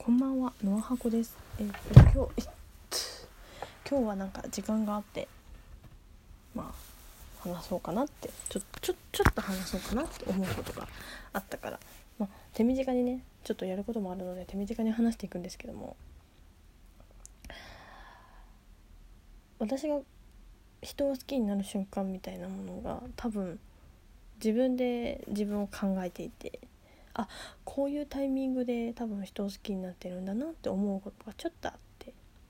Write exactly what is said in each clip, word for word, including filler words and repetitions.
こんばんは、ノアハコです。えっと今日今日はなんか時間があって、まあ話そうかなってちょちょちょっと話そうかなって思うことがあったから、まあ、手短にねちょっとやることもあるので手短に話していくんですけども、私が人を好きになる瞬間みたいなものが多分自分で自分を考えていて、あ、こういうタイミングで多分人を好きになってるんだなって思うことがちょっとあって、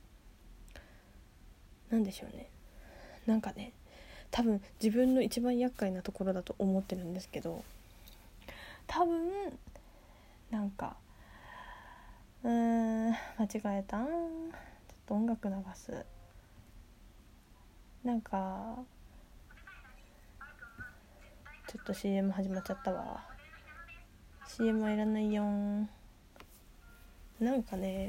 なんでしょうね、なんかね多分自分の一番厄介なところだと思ってるんですけど、多分なんかうーん間違えたんちょっと音楽流すなんかちょっと シーエム 始まっちゃったわ。 シーエム はいらないよん。なんかね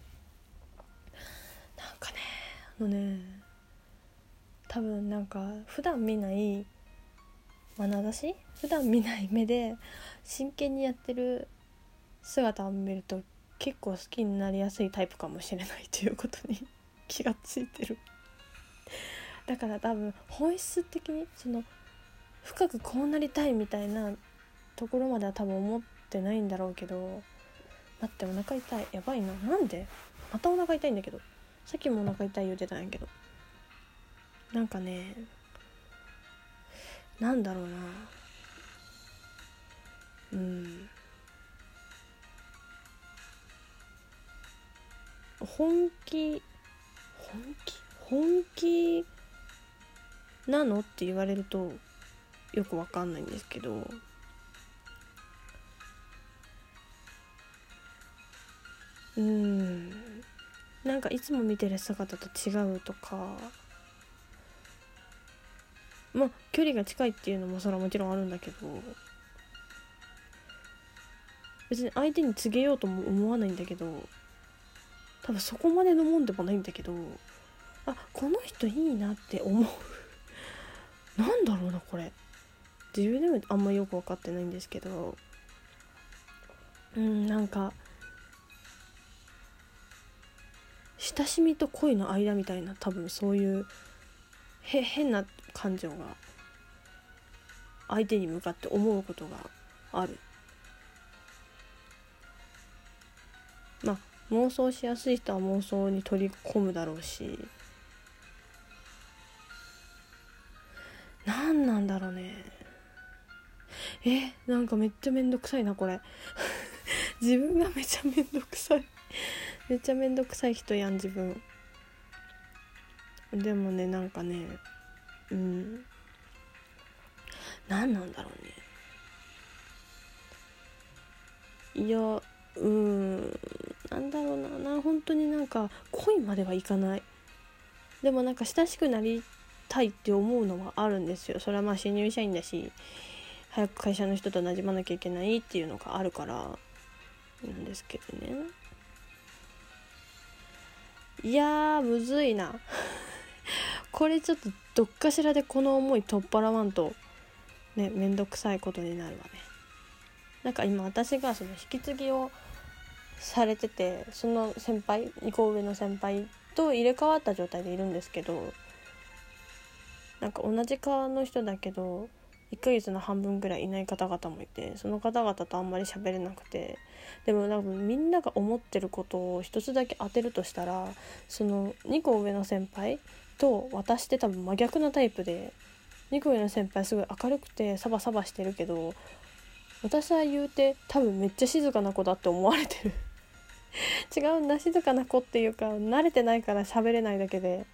なんかねあのね多分なんか普段見ない眼差し普段見ない目で真剣にやってる姿を見ると結構好きになりやすいタイプかもしれないということに気がついてる。だから多分本質的にその深くこうなりたいみたいなところまでは多分思ってないんだろうけど、待ってお腹痛い、やばいな、なんでまたお腹痛いんだけど、さっきもお腹痛い言ってたんやけど、なんかねなんだろうなうん本気本気本気なのって言われるとよくわかんないんですけど、うーんなんかいつも見てる姿と違うとか、まあ距離が近いっていうのもそれはもちろんあるんだけど、別に相手に告げようとも思わないんだけど、多分そこまでのもんでもないんだけど、あ、この人いいなって思うなんだろうなこれ、自分でもあんまよく分かってないんですけど、うんなんか親しみと恋の間みたいな、多分そういうへ変な感情が相手に向かって思うことがある。まあ妄想しやすい人は妄想に取り込むだろうし、なんなんだろうね、えなんかめっちゃめんどくさいなこれ自分がめちゃめんどくさいめっちゃめんどくさい人やん自分。でもねなんかねうんなんなんだろうね、いやうーんなんだろうなな本当になんか恋まではいかない。でもなんか親しくなりたいって思うのはあるんですよ。それはまあ新入社員だし早く会社の人と馴染まなきゃいけないっていうのがあるからなんですけどね。いやーむずいなこれちょっとどっかしらでこの思い取っ払わんとねめんどくさいことになるわね。なんか今私がその引き継ぎをされてて、その先輩にこ上の先輩と入れ替わった状態でいるんですけど、なんか同じ科の人だけどいっかげつの半分ぐらいいない方々もいて、その方々とあんまり喋れなくて、でも多分みんなが思ってることを一つだけ当てるとしたら、そのにこ上の先輩と私って多分真逆なタイプで、にこ上の先輩すごい明るくてサバサバしてるけど、私は言うて多分めっちゃ静かな子だって思われてる違うんだ、静かな子っていうか慣れてないから喋れないだけで、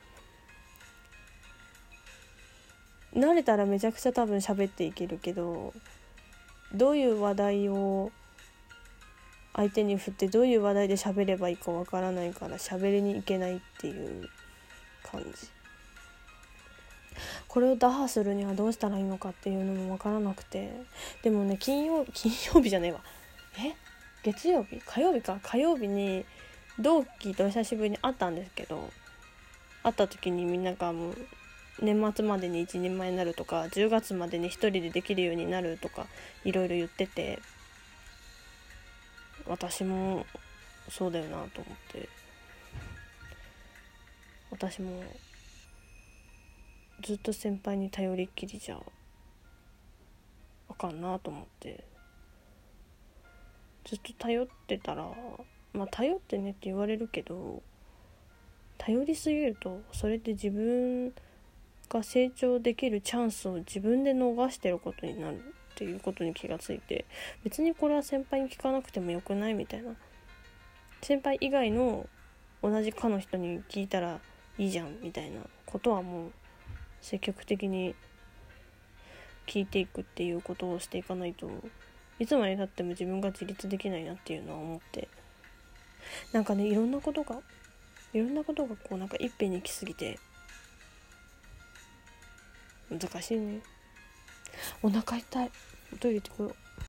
慣れたらめちゃくちゃ多分喋っていけるけど、どういう話題を相手に振ってどういう話題で喋ればいいかわからないから喋りに行けないっていう感じ。これを打破するにはどうしたらいいのかっていうのもわからなくて、でもね金曜金曜日じゃねえわえ月曜日火曜日か火曜日に同期と久しぶりに会ったんですけど、会った時にみんながもう年末までに一人前になるとかじゅうがつまでに一人でできるようになるとかいろいろ言ってて、私もそうだよなと思って、私もずっと先輩に頼りっきりじゃあかんなと思って、ずっと頼ってたら、まあ頼ってねって言われるけど、頼りすぎるとそれって自分が成長できるチャンスを自分で逃してることになるっていうことに気がついて、別にこれは先輩に聞かなくてもよくないみたいな、先輩以外の同じ科の人に聞いたらいいじゃんみたいなことはもう積極的に聞いていくっていうことをしていかないと、いつまでたっても自分が自立できないなっていうのは思って、なんかね、いろんなことがいろんなことがこうなんかいっぺんに来すぎて難しいね。お腹痛い。おトイレ行ってこよう。